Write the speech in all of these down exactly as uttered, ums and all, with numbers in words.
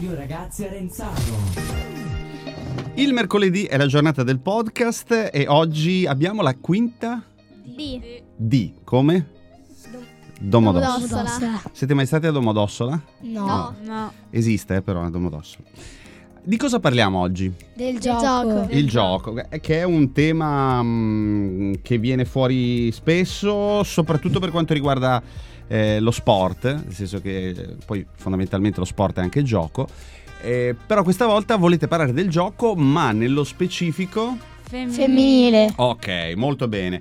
Radio Ragazzi Arenzano. Il mercoledì è la giornata del podcast e oggi abbiamo la quinta D. D, come? Domodossola. Domodossola. Siete mai stati a Domodossola? No. No. Esiste eh, però a Domodossola. Di cosa parliamo oggi? Del gioco. gioco. Il gioco, eh, che è un tema mh, che viene fuori spesso, soprattutto per quanto riguarda eh, lo sport, nel senso che eh, poi fondamentalmente lo sport è anche gioco. Eh, però questa volta volete parlare del gioco, ma nello specifico Femminile. Femminile. ok, molto bene.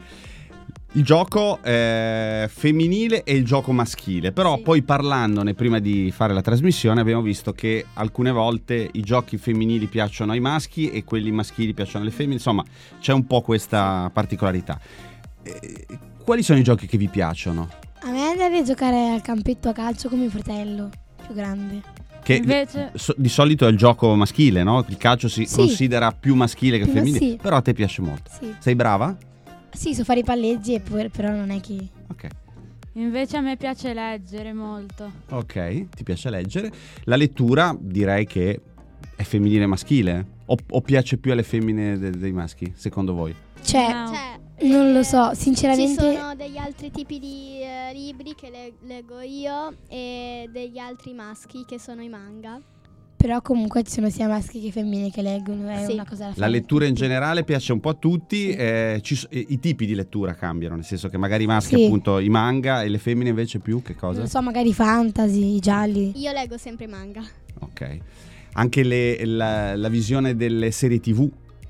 Il gioco eh, femminile e il gioco maschile. Però Sì. poi parlandone prima di fare la trasmissione abbiamo visto che alcune volte i giochi femminili piacciono ai maschi e quelli maschili piacciono alle femmine. Insomma, c'è un po' questa particolarità. Eh, quali sono i giochi che vi piacciono? A me deve giocare al campetto a calcio con mio fratello più grande. Che Invece- so- di solito è il gioco maschile, no? Il calcio si Sì. considera più maschile che Più femminile, sì. però a te piace molto. Sì. Sei brava? Sì, so fare i palleggi, e poi- però non è che... Ok. Invece a me piace leggere molto. Ok, ti piace leggere. La lettura direi che è femminile e maschile? O, o piace più alle femmine de- dei maschi, secondo voi? Cioè, No. Cioè, non lo eh, so, Ci sinceramente... sono degli altri tipi di eh, libri che le- leggo io e degli altri maschi che sono i manga. Però comunque ci sono sia maschi che femmine che leggono, è Sì. una cosa da La fare. lettura in generale piace un po' a tutti, Sì. eh, ci so- i, i tipi di lettura cambiano, nel senso che magari i maschi Sì. appunto i manga e le femmine invece più che cosa? Non so, magari fantasy, i gialli. Io leggo sempre i manga. Ok. Anche le- la, la visione delle serie tivù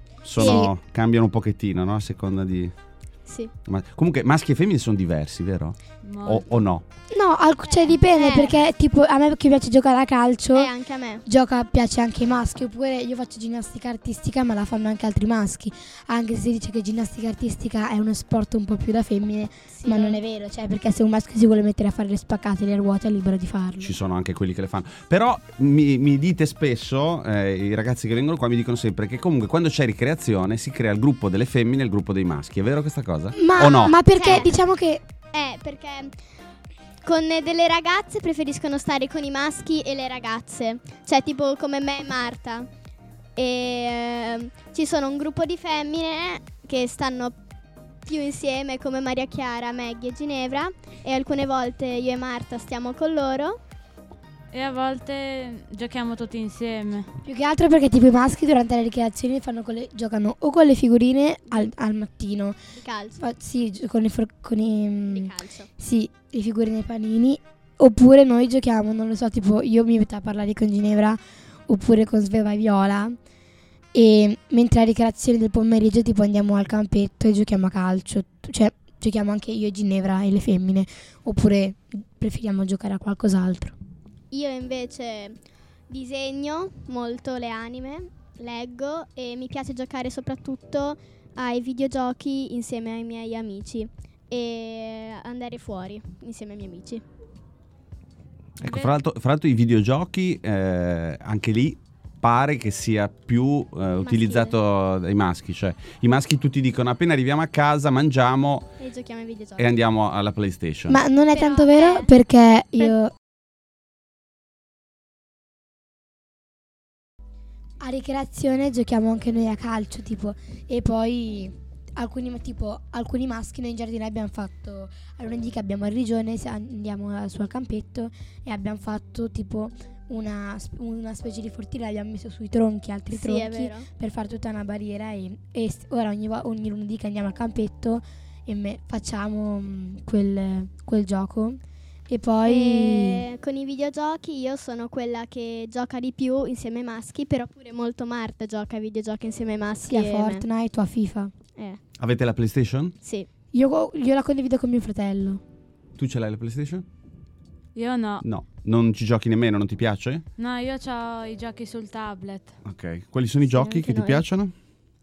sono, cambiano un pochettino, no? A seconda di... Sì. Ma, comunque maschi e femmine sono diversi, vero? Molto. O, o no? No, alc- cioè dipende, Eh. perché tipo a me che piace giocare a calcio... E anche a me. Gioca, piace anche ai maschi, oppure io faccio ginnastica artistica ma la fanno anche altri maschi, anche se si dice che ginnastica artistica è uno sport un po' più da femmine, Sì. ma non è vero, cioè perché se un maschio si vuole mettere a fare le spaccate e le ruote è libero di farlo. Ci sono anche quelli che le fanno. Però mi, mi dite spesso, eh, i ragazzi che vengono qua mi dicono sempre che comunque quando c'è ricreazione si crea il gruppo delle femmine e il gruppo dei maschi. È vero questa cosa? Ma, o no? ma perché Cioè- diciamo che Eh, perché con delle ragazze preferiscono stare con i maschi e le ragazze. Cioè, tipo come me e Marta. E eh, ci sono un gruppo di femmine che stanno più insieme, come Maria Chiara, Maggie e Ginevra. E alcune volte io e Marta stiamo con loro. E a volte giochiamo tutti insieme. più che altro perché tipo i maschi durante le ricreazioni fanno con le- giocano o con le figurine al, al mattino, Di calcio. fa- sì, gio- con i, for- con i mm, Di calcio. sì, le figurine ai panini, oppure noi giochiamo, non lo so, tipo io mi metto a parlare con Ginevra oppure con Sveva e Viola, e mentre a ricreazione del pomeriggio tipo andiamo al campetto e giochiamo a calcio, cioè giochiamo anche io e Ginevra e le femmine, oppure preferiamo giocare a qualcos'altro. Io invece disegno molto le anime, leggo e mi piace giocare soprattutto ai videogiochi insieme ai miei amici e andare fuori insieme ai miei amici. Ecco, fra l'altro, fra l'altro i videogiochi, eh, anche lì pare che sia più eh, utilizzato dai maschi. Cioè i maschi tutti dicono appena arriviamo a casa mangiamo E giochiamo ai videogiochi. e andiamo alla PlayStation. Ma non è Però, tanto vero eh, perché io a ricreazione giochiamo anche noi a calcio, tipo, e poi alcuni tipo alcuni maschi noi in giardino abbiamo fatto a lunedì che abbiamo il rigione, se andiamo su al campetto e abbiamo fatto tipo una, sp- una specie di fortile, l'abbiamo messo sui tronchi, altri Sì, è tronchi vero. per fare tutta una barriera e, e s- ora ogni, vo- ogni lunedì che andiamo al campetto e me- facciamo mm, quel, quel gioco e poi E con i videogiochi io sono quella che gioca di più insieme ai maschi, però pure molto Marta gioca ai videogiochi insieme ai maschi. sia e me. Fortnite o a FIFA. Eh, Avete la PlayStation? sì. Io, io la condivido con mio fratello. Tu ce l'hai la PlayStation? Io no. No. Non ci giochi nemmeno, non ti piace? No, io ho i giochi sul tablet. Ok. Quali sono i Sì, giochi anche che ti noi. piacciono?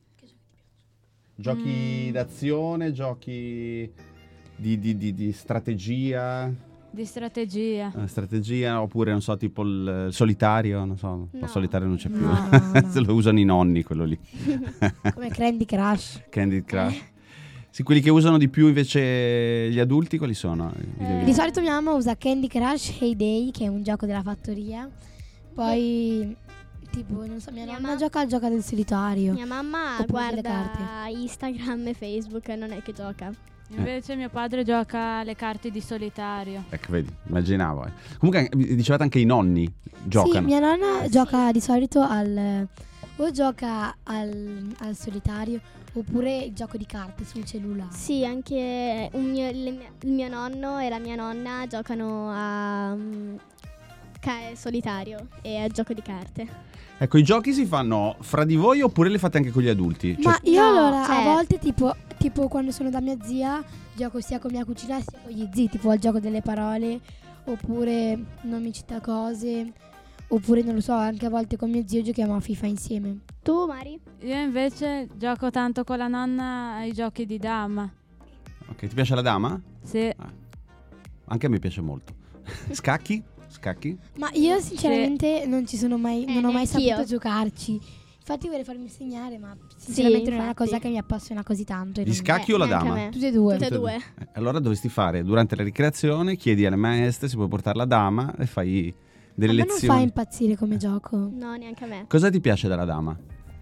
Giochi Mm. d'azione, giochi di, di- di- di strategia, Di strategia. eh, strategia oppure non so tipo il, il solitario, non so, No. il solitario non c'è più. No, no. Se lo usano i nonni quello lì. Come Candy Crush. Candy Crush. Sì, quelli che usano di più invece gli adulti quali sono? I videogame? Di solito mia mamma usa Candy Crush Heyday, che è un gioco della fattoria, Poi, tipo, non so, mia, Mia nonna ma- gioca al gioco del solitario. Mia mamma Oppure delle guarda carte. Instagram e Facebook, non è che gioca. Invece mio padre gioca alle carte di solitario. Ecco, vedi, immaginavo. eh. Comunque, eh, dicevate anche i nonni giocano. Sì, mia nonna Ah, sì. gioca di solito al... o gioca al, al solitario oppure il gioco di carte sul cellulare. Sì, anche un mio- le mie- il mio nonno e la mia nonna giocano a mm, ca- solitario e a gioco di carte. Ecco, i giochi si fanno fra di voi oppure li fate anche con gli adulti? Cioè, Ma io No, allora cioè- a volte tipo, tipo quando sono da mia zia gioco sia con mia cucina sia con gli zii, tipo al gioco delle parole oppure non mi cita cose, oppure non lo so, anche a volte con mio zio giochiamo a FIFA insieme. Tu, Mari? Io invece gioco tanto con la nonna ai giochi di dama. ok, ti piace la dama? Sì. Anche a me piace molto. Scacchi? Scacchi? Ma io sinceramente non ci sono mai, Eh, non ho mai neanch'io. saputo giocarci. Infatti vorrei farmi insegnare, ma sinceramente non è una infatti. cosa che mi appassiona così tanto. e Gli non- scacchi o la neanche a dama? me. Tutte e due. Tutte e Tutte due. Eh, allora dovresti fare durante la ricreazione, chiedi alle maestre se puoi portare la dama e fai delle A me non lezioni. fa impazzire come gioco. No, neanche a me. Cosa ti piace della dama?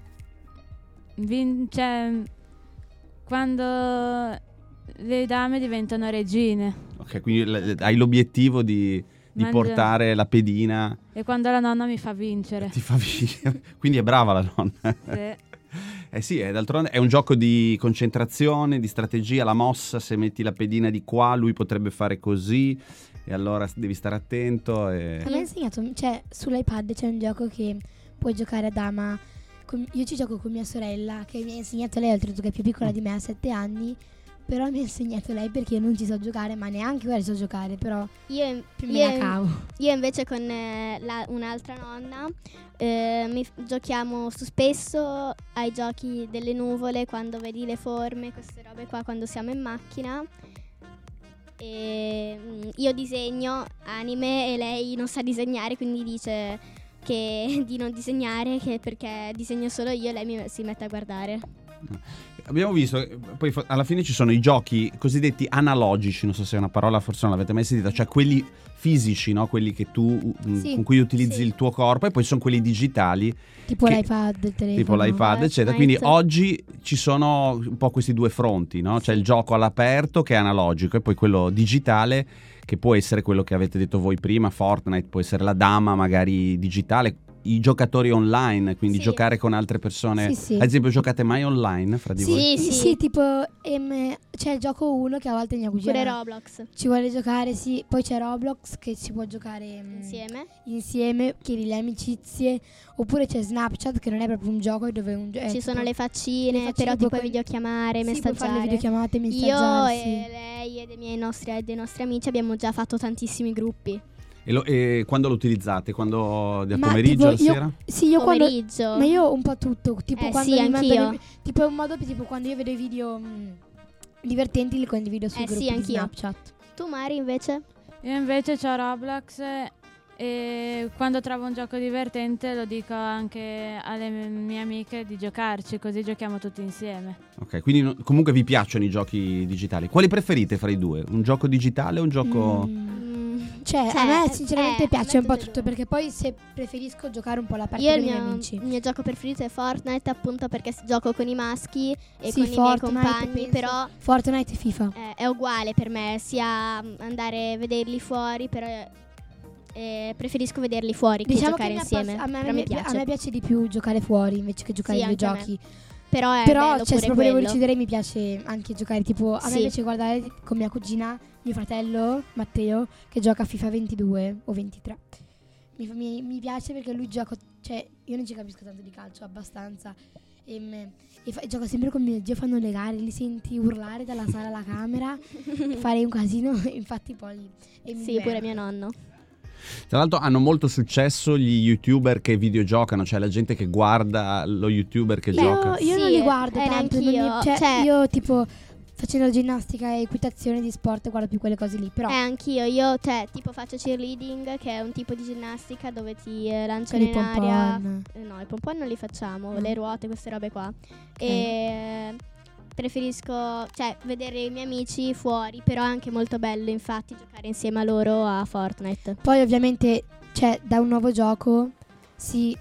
Vin- cioè, quando le dame diventano regine Ok, quindi l- hai l'obiettivo di, di Mangia- portare la pedina, e quando la nonna mi fa vincere. ti fa vincere. Quindi è brava la donna. Sì. Eh sì, è, d'altronde è un gioco di concentrazione, di strategia, la mossa, se metti la pedina di qua lui potrebbe fare così e allora devi stare attento. E... A me ha insegnato, cioè sull'iPad c'è un gioco che puoi giocare a dama. con- io ci gioco con mia sorella che mi ha insegnato lei, oltretutto che è più piccola di me, ha sette anni. Però mi ha insegnato lei perché io non ci so giocare, ma neanche ora ci so giocare, però Io, più me io- la cavo. io invece con eh, la- un'altra nonna eh, mi f- giochiamo su spesso ai giochi delle nuvole, quando vedi le forme, queste robe qua, quando siamo in macchina. E mm, io disegno anime e lei non sa disegnare, quindi dice che di non disegnare, che perché disegno solo io e lei mi si mette a guardare. Abbiamo visto, eh, poi fo- alla fine ci sono i giochi cosiddetti analogici, non so se è una parola, forse non l'avete mai sentita, cioè quelli fisici, no? Quelli che tu, mm, Sì, con cui utilizzi sì. il tuo corpo, e poi ci sono quelli digitali, Tipo Che- l'iPad, il telefono. tipo l'iPad, Fortnite. eccetera. Quindi oggi ci sono un po' questi due fronti, no? C'è il gioco all'aperto che è analogico e poi quello digitale che può essere quello che avete detto voi prima, Fortnite, può essere la dama magari digitale, i giocatori online, quindi Sì. giocare con altre persone. Sì, sì. Ad esempio, giocate mai online fra di Sì, voi? Sì, sì, sì. tipo ehm, c'è il gioco uno che a volte mia cugina Pure Roblox ci vuole giocare, sì. Poi c'è Roblox che si può giocare mm, insieme. insieme, chiedi le amicizie. Oppure c'è Snapchat che non è proprio un gioco, è dove un gio- è Ci tipo- sono le faccine, le faccine, però ti puoi puoi que- videochiamare, sì, puoi fare le messaggiare. videochiamate, Io messaggiare, sì. e lei e dei miei nostri, e dei nostri amici abbiamo già fatto tantissimi gruppi. E, lo- e quando lo utilizzate? Quando del Ma pomeriggio, tipo la io- sera? Sì, io quando Pomeriggio. ma io un po' tutto, tipo Eh, quando sì, mi mandano anch'io. i vi- tipo è un modo per- tipo quando io vedo i video mm, divertenti li condivido sui Eh, sì, gruppi di anch'io. Snapchat. Tu, Mari, invece? Io invece ho Roblox e quando trovo un gioco divertente lo dico anche alle mie amiche di giocarci, così giochiamo tutti insieme. Ok, quindi no- comunque vi piacciono i giochi digitali. Quali preferite fra i due? Un gioco digitale o un gioco... Mm. Mm, Cioè, Cioè, a me eh, sinceramente a piace me un po' tutte e tutto, due. perché poi se preferisco giocare un po' all'aperto Io con il i miei mio, amici. il mio gioco preferito è Fortnite, appunto perché s- gioco con i maschi e Sì, con i miei Fortnite, compagni, penso. però Fortnite e FIFA. eh, è uguale per me, sia mm, andare a vederli fuori, però eh, preferisco vederli fuori che Diciamo che giocare mi insieme. appass- a, me, però mi mi piace. a me piace di più giocare fuori invece che giocare Sì, ai anche a me. videogiochi. Però è Però, bello cioè, pure se proprio devo quello. decidere, mi piace anche giocare. Tipo, a me Sì. piace guardare con mia cugina, mio fratello Matteo, che gioca a FIFA ventidue o ventitré. Mi, fa- mi- mi piace perché lui gioca, cioè, io non ci capisco tanto di calcio, abbastanza. E, me- e fa- e gioca sempre con mio zio, fanno le gare, li senti urlare dalla sala alla camera, fare un casino, infatti poi. E mi Sì, diverto. pure mio nonno. Tra l'altro hanno molto successo gli youtuber che videogiocano, cioè la gente che guarda lo youtuber che Io, gioca. io non Sì, li guardo eh, tanto, non mi- neanch'io. cioè, Cioè- io tipo facendo ginnastica e equitazione di sport guardo più quelle cose lì, però Eh, anch'io, io cioè, tipo faccio cheerleading, che è un tipo di ginnastica dove ti eh, lanciano con i in aria. pompon. Eh, No, i pompon non li facciamo, No. le ruote, queste robe qua. E preferisco, cioè, vedere i miei amici fuori, però è anche molto bello, infatti, giocare insieme a loro a Fortnite. Poi ovviamente c'è da un nuovo gioco si,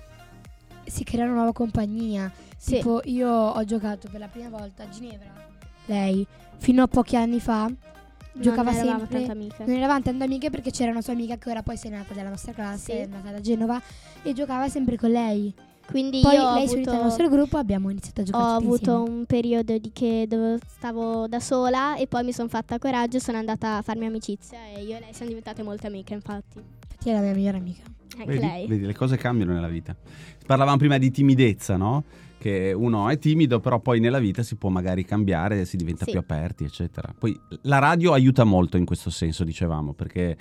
si crea una nuova compagnia. Sì. Tipo io ho giocato per la prima volta a Ginevra, lei, fino a pochi anni fa, giocava non eravamo sempre. tanto amiche. Non eravamo tanto amiche perché c'era una sua amica che ora poi se n'è andata dalla nostra classe, Sì. è andata da Genova e giocava sempre con lei. Quindi Poi io ho lei si è unita al avuto, nostro gruppo, abbiamo iniziato a ho giocare tutti avuto insieme. un periodo di che dove stavo da sola e poi mi sono fatta coraggio e sono andata a farmi amicizia e io e lei siamo diventate molte amiche, infatti. Infatti è la mia migliore amica. Anche Vedi? lei. Vedi, le cose cambiano nella vita. Parlavamo prima di timidezza, no? Che uno è timido, però poi nella vita si può magari cambiare, si diventa Sì. più aperti, eccetera. Poi la radio aiuta molto in questo senso, dicevamo, perché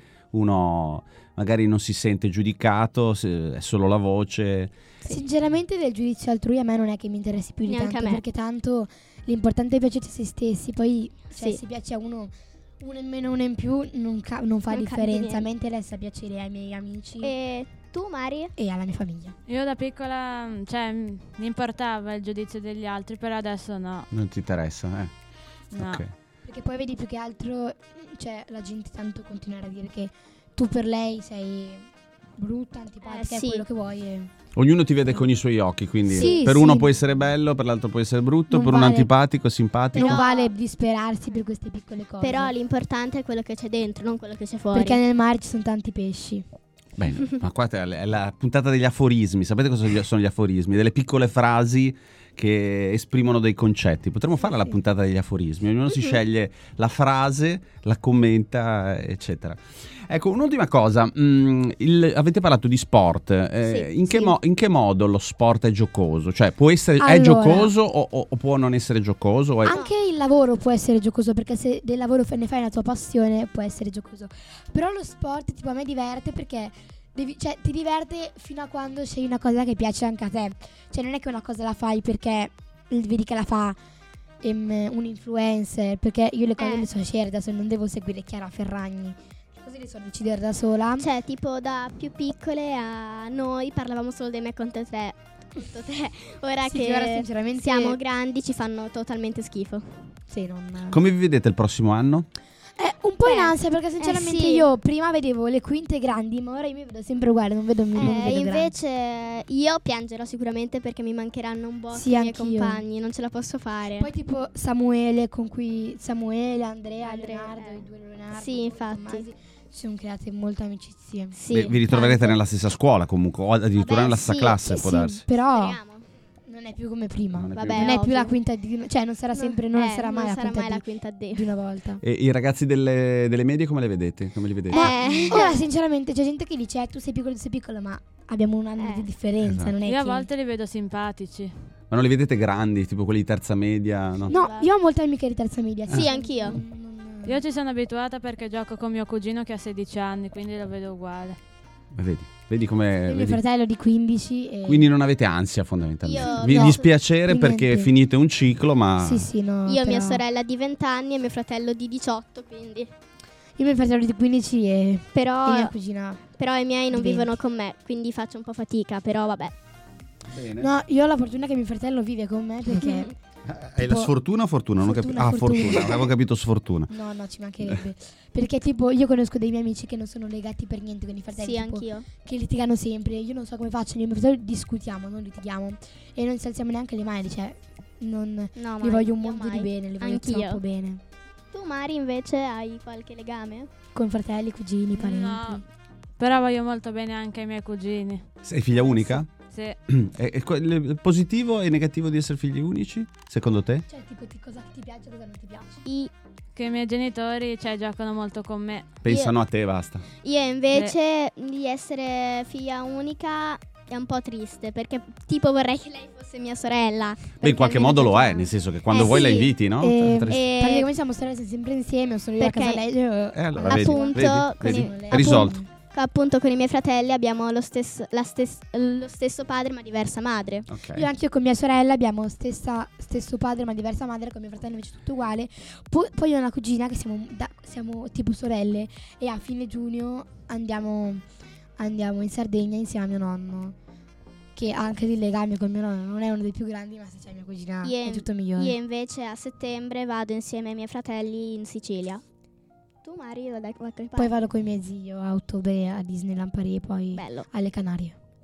uno magari non si sente giudicato, se- è solo la voce. Sinceramente del giudizio altrui a me non è che mi interessi più di Neanche tanto, a me. perché tanto l'importante è piacere a se stessi, poi cioè, Sì. se piace a uno uno in meno, uno in più non, ca- non fa Non cambia differenza, niente. mentre resta piacere ai miei amici e, E tu, Mari? alla mia famiglia. Io da piccola, cioè, m- mi importava il giudizio degli altri, però adesso no. Non ti interessa, eh? No. Ok. Perché poi vedi più che altro, cioè la gente tanto continuare a dire che tu per lei sei brutta, antipatica, Eh, è sì. quello che vuoi e Ognuno ti vede con i suoi occhi, quindi Sì, per sì. uno può essere bello, per l'altro può essere brutto, Non per un vale- antipatico, simpatico. non Però- vale disperarsi per queste piccole cose. Però l'importante è quello che c'è dentro, non quello che c'è fuori. perché nel mare ci sono tanti pesci. Bene, ma qua è la- è la puntata degli aforismi. Sapete cosa gli- sono gli aforismi? Delle piccole frasi che esprimono dei concetti. Potremmo fare la Sì. puntata degli aforismi. Ognuno si Mhm. sceglie la frase, la commenta, eccetera. Ecco, un'ultima cosa. mm, il- avete parlato di sport. eh, Sì, in, che sì. mo- in che modo lo sport è giocoso? Cioè, può essere, è Allora- giocoso o, o- o può non essere giocoso? O è- Anche il lavoro può essere giocoso, perché se del lavoro fa- ne fai una tua passione può essere giocoso. Però lo sport tipo a me diverte perché devi- cioè, ti diverte fino a quando scegli una cosa che piace anche a te. Cioè non è che una cosa la fai perché vedi che la fa ehm, un influencer, perché io le cose Eh. le so scegliere, adesso non devo seguire Chiara Ferragni. Le cose le so decidere da sola. Cioè, tipo da più piccole a noi parlavamo solo dei me contro te. Contro te. Ora Sì, che che ora sinceramente- siamo grandi ci fanno totalmente schifo. Sì, non... Come vi vedete il prossimo anno? Eh, un po' in Beh, ansia perché sinceramente sì. io prima vedevo le quinte grandi, ma ora io mi vedo sempre uguale, non vedo, non mi Eh, vedo grande. invece io piangerò sicuramente perché mi mancheranno un botto Sì, i miei anch'io. compagni, non ce la posso fare. Poi tipo Samuele con cui Samuele, Andrea, Andrea, Leonardo, eh. i due Leonardo, Sì, poi infatti. Tommasi, ci sono create molte amicizie. Sì, Beh, vi ritroverete tanto. nella stessa scuola comunque, o addirittura Vabbè, nella stessa sì, classe, Sì, può sì, darsi. però Speriamo. non è più come prima. Non è Vabbè, più- non è più la ovvio. quinta di, cioè non sarà sempre, non Eh, sarà mai, non la, sarà quinta mai la di, quinta D. di una volta. E i ragazzi delle, delle medie come le vedete? Come li vedete? Ma Eh. ora sinceramente c'è gente che dice eh, tu sei piccolo, tu sei piccolo, ma abbiamo un anno Eh. di differenza, Esatto. non è Io a che... volte li vedo simpatici. Ma non li vedete grandi, tipo quelli di terza media? No. No, io ho molte amiche di terza media. Sì, sì. anch'io. Non- non- Io ci sono abituata perché gioco con mio cugino che ha sedici anni, quindi lo vedo uguale. Ma Vedi, vedi come... Io e mio vedi? fratello di quindici e... Quindi non avete ansia fondamentalmente. Io Vi no. dispiacere Di perché niente. finite un ciclo, ma... Sì, sì, no. Io ho mia però- sorella di venti anni e mio fratello di diciotto, quindi. Io e mio fratello di quindici e, Però, e mia cugina. però i miei non di vivono venti. con me, quindi faccio un po' fatica, però vabbè. Bene. No, io ho la fortuna che mio fratello vive con me perché... Eh, Hai la tipo- sfortuna o fortuna? Non ho Fortuna, capi- Ah, fortuna. fortuna, avevo capito sfortuna. No, no, ci mancherebbe. Perché tipo io conosco dei miei amici che non sono legati per niente con i fratelli. Sì, tipo, anch'io. che litigano sempre. Io non so come faccio. Io e mio fratello discutiamo, non litighiamo. E non ci alziamo neanche le mani. Cioè, non... No, Li mai, voglio un io mondo di mai. bene, li voglio Anch'io. troppo bene. Tu, Mari, invece hai qualche legame? Con fratelli, cugini, parenti. No, però voglio molto bene anche ai miei cugini. Sei figlia unica? Sì. È, è que- il positivo e negativo di essere figli unici, secondo te? Cioè, tipo, ti- cosa ti piace, cosa non ti piace. I- Che i miei genitori, cioè, giocano molto con me. Pensano a te, basta. Io invece di essere figlia unica è un po' triste perché tipo vorrei che lei fosse mia sorella. Beh, in qualche modo lo è, nel senso che quando Eh, vuoi la sì. inviti, no? E- Potresti- E Praticamente siamo sorelle siamo sempre insieme. O sono io a Perché- casa lei. io- Eh, allora, vedi, appunto, vedi, con vedi? i- È risolto. appunto con i miei fratelli abbiamo lo stesso, la stes- lo stesso padre ma diversa madre. Ok. Io anche io con mia sorella abbiamo stessa, stesso padre ma diversa madre, con mio fratello invece tutto uguale. Po- poi io ho una cugina che siamo, da- siamo tipo sorelle e a fine giugno andiamo, andiamo in Sardegna insieme a mio nonno, che ha anche dei legami con mio nonno, non è uno dei più grandi ma se c'è mia cugina Io- è tutto migliore. Io invece a settembre vado insieme ai miei fratelli in Sicilia. Tu, Mari, lo dai qualche parte? Poi vado con i miei zii io a ottobre a Disneyland Paris e poi Bello. alle Canarie.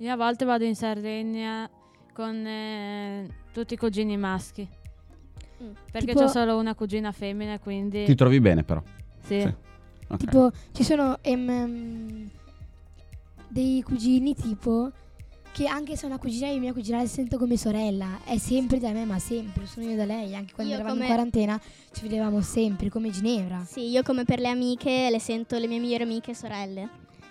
Io a volte vado in Sardegna con eh, tutti i cugini maschi. Mm. Perché Tipo- c'ho solo una cugina femmina, quindi Ti trovi bene però? sì. Sì. Ok. Tipo, ci sono ehm, ehm, dei cugini tipo che anche se è una cugina io mia cugina la sento come sorella, è sempre da me, ma sempre, sono io da lei, anche quando Io eravamo come- in quarantena ci vedevamo sempre, come Ginevra. Sì, io come per le amiche le sento le mie migliori amiche sorelle.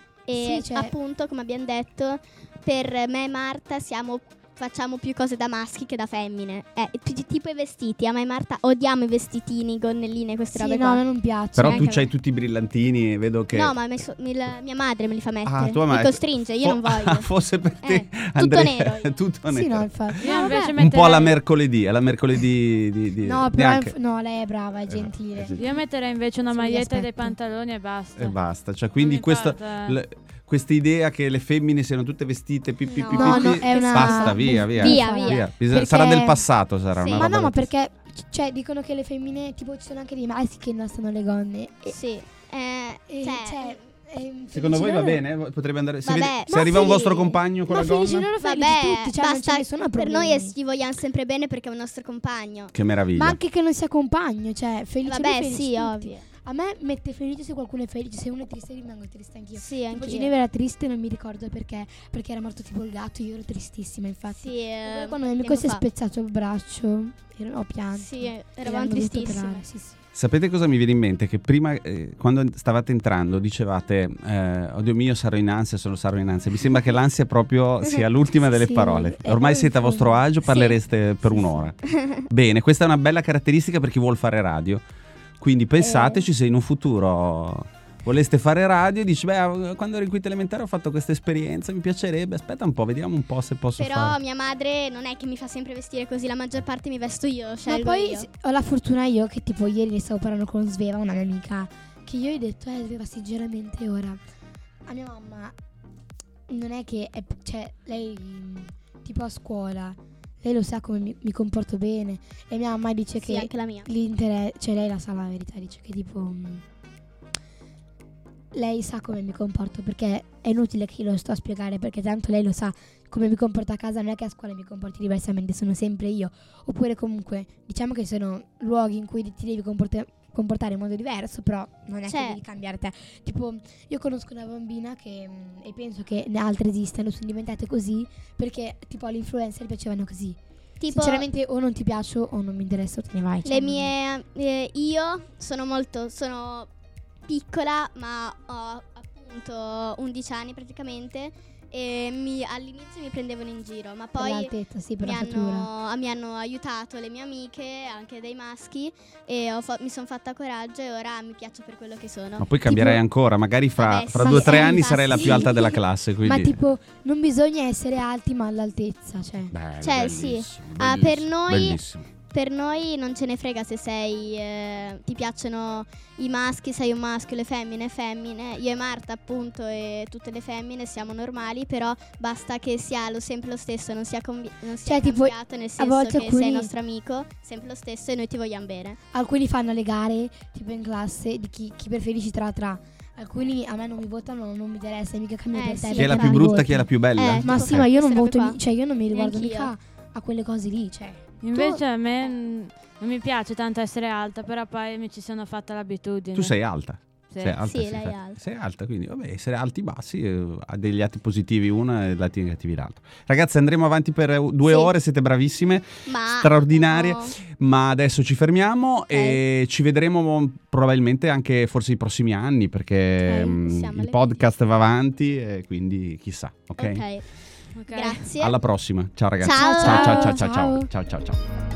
E Sì, cioè- appunto, come abbiamo detto, per me e Marta siamo facciamo più cose da maschi che da femmine. Eh, t- tipo i vestiti. A me e Marta odiamo i vestitini, gonnelline, queste Sì, robe no, qua. a me non piace. Però neanche tu a c'hai me. tutti i brillantini e vedo che... No, ma mi so- mi- la- mia madre me li fa mettere. Ah, tua mi madre- costringe, io Fo- non voglio. Fosse per te, Eh, tutto Andrea, nero io. tutto Sì, nero. no, infatti. Io No, invece vabbè. Un metterei, po' alla mercoledì, alla mercoledì di... di No, però neanche- inf- no, lei è brava, è gentile. Eh, sì. io metterei invece una Sì, mi maglietta e aspetto. dei pantaloni e basta. E basta, cioè Non quindi mi questa importa. l- questa idea che le femmine siano tutte vestite pipì No. pipì No, pipì, no, è una... basta, via, via. Via, via. Bisogna- Perché- Sarà del passato, sarà Sì. una Ma roba no, ma del- perché cioè dicono che le femmine, tipo ci sono anche dei maschi che indossano le gonne. E, Sì. Eh, e, cioè, cioè, ehm, Secondo voi va felici bene? Potrebbe andare... Se, Vabbè, vede- se ma arriva un sì. vostro compagno con Ma la felici gonna... loro, felici vabbè, tutti, cioè non basta, ce ne sono per problemi. noi è- gli vogliamo sempre bene perché è un nostro compagno. Che meraviglia. Ma anche che non sia compagno, cioè felici Vabbè, noi, felici sì, tutti. ovvio. A me mette felice se qualcuno è felice, se uno è triste rimango triste anch'io. Sì, Tipo anche Ginevra era triste, non mi ricordo perché, perché era morto tipo il gatto, io ero tristissima infatti. Sì, E eh, poi quando mio amico tempo si è fa. spezzato il braccio, ero, ho pianto. Sì, E eravamo l'hanno dovuto tristissime. operare, sì, sì. Sapete cosa mi viene in mente? Che prima, eh, quando stavate entrando, dicevate eh, oddio mio, sarò in ansia, solo sarò in ansia. Mi sembra che l'ansia proprio sia l'ultima delle Sì, parole. è Ormai come siete a il vostro fumo. agio, parlereste per Sì, un'ora. Bene, questa è una bella caratteristica per chi vuol fare radio. Quindi pensateci, Eh. se in un futuro voleste fare radio, dici, beh, quando ero in quinta elementare ho fatto questa esperienza, mi piacerebbe, aspetta un po', vediamo un po' se posso Però fare. mia madre non è che mi fa sempre vestire così, la maggior parte mi vesto io, Ma scelgo poi io. s- ho la fortuna io che tipo ieri ne stavo parlando con Sveva, una mia amica, che io gli ho detto, eh Sveva, sinceramente ora, a mia mamma non è che, è, cioè lei mh, tipo a scuola, lei lo sa come mi, mi comporto bene e mia mamma dice Sì, che anche la mia. l'interesse, cioè lei la sa la verità, dice che tipo mh, lei sa come mi comporto perché è inutile che io lo sto a spiegare perché tanto lei lo sa come mi comporto a casa, non è che a scuola mi comporti diversamente, sono sempre io. Oppure comunque diciamo che sono luoghi in cui ti devi comporta- comportare in modo diverso, però non è Cioè- che devi cambiare te. Tipo io conosco una bambina che mh, e penso che ne altre esistano, sono diventate così perché tipo alle influencer piacevano così. Tipo Sinceramente o non ti piaccio o non mi interessa o te ne vai. cioè, le non- mie eh, io sono molto sono piccola, ma ho appunto undici anni praticamente e mi- all'inizio mi prendevano in giro, ma per poi l'altezza, sì, per mi la statura. hanno, mi hanno aiutato le mie amiche, anche dei maschi, e ho fa- mi sono fatta coraggio e ora mi piaccio per quello che sono. Ma poi cambierai Tipo- ancora, magari fra, Vabbè, fra sì, due o tre sì, anni sarai la infatti. più alta della classe. Quindi... Ma tipo non bisogna essere alti ma all'altezza, cioè. Bello, Cioè, sì. bellissimo, Ah, bellissimo, per noi- bellissimo. Per noi non ce ne frega se sei eh, ti piacciono i maschi, sei un maschio, le femmine, femmine. Io e Marta appunto e tutte le femmine siamo normali, però basta che sia lo, sempre lo stesso, non sia, convi- non sia Cioè, tipo, cambiato, nel senso volte che alcuni- sei nostro amico, sempre lo stesso e noi ti vogliamo bene. Alcuni fanno le gare tipo in classe di chi, chi preferisci tra tra. Alcuni a me non mi votano, non mi interessa, mica cambia Eh, per te. sì. Chi è perché la non più mi brutta, voti. chi è la più bella? Eh, Ma tipo sì, ma io non queste voto, robe mi- cioè io non mi riguardo Neanch'io. mica a quelle cose lì, cioè. Invece a me mm, non mi piace tanto essere alta, però poi mi ci sono fatta l'abitudine. Tu sei alta. Sì. Sei alta, Sì, sei, lei è fa- alta. sei alta, quindi vabbè, essere alti bassi eh, ha degli lati positivi uno e lati negativi l'altro. Ragazzi, andremo avanti per eh, due Sì. ore, siete bravissime, Ma straordinarie, no. ma adesso ci fermiamo Ok. e ci vedremo probabilmente anche forse i prossimi anni perché Ok, mm, siamo il alle podcast va avanti e quindi chissà, ok? Ok, Ok. grazie. Alla prossima, ciao ragazzi. Ciao. ciao ciao ciao ciao Ciao. ciao ciao ciao ciao.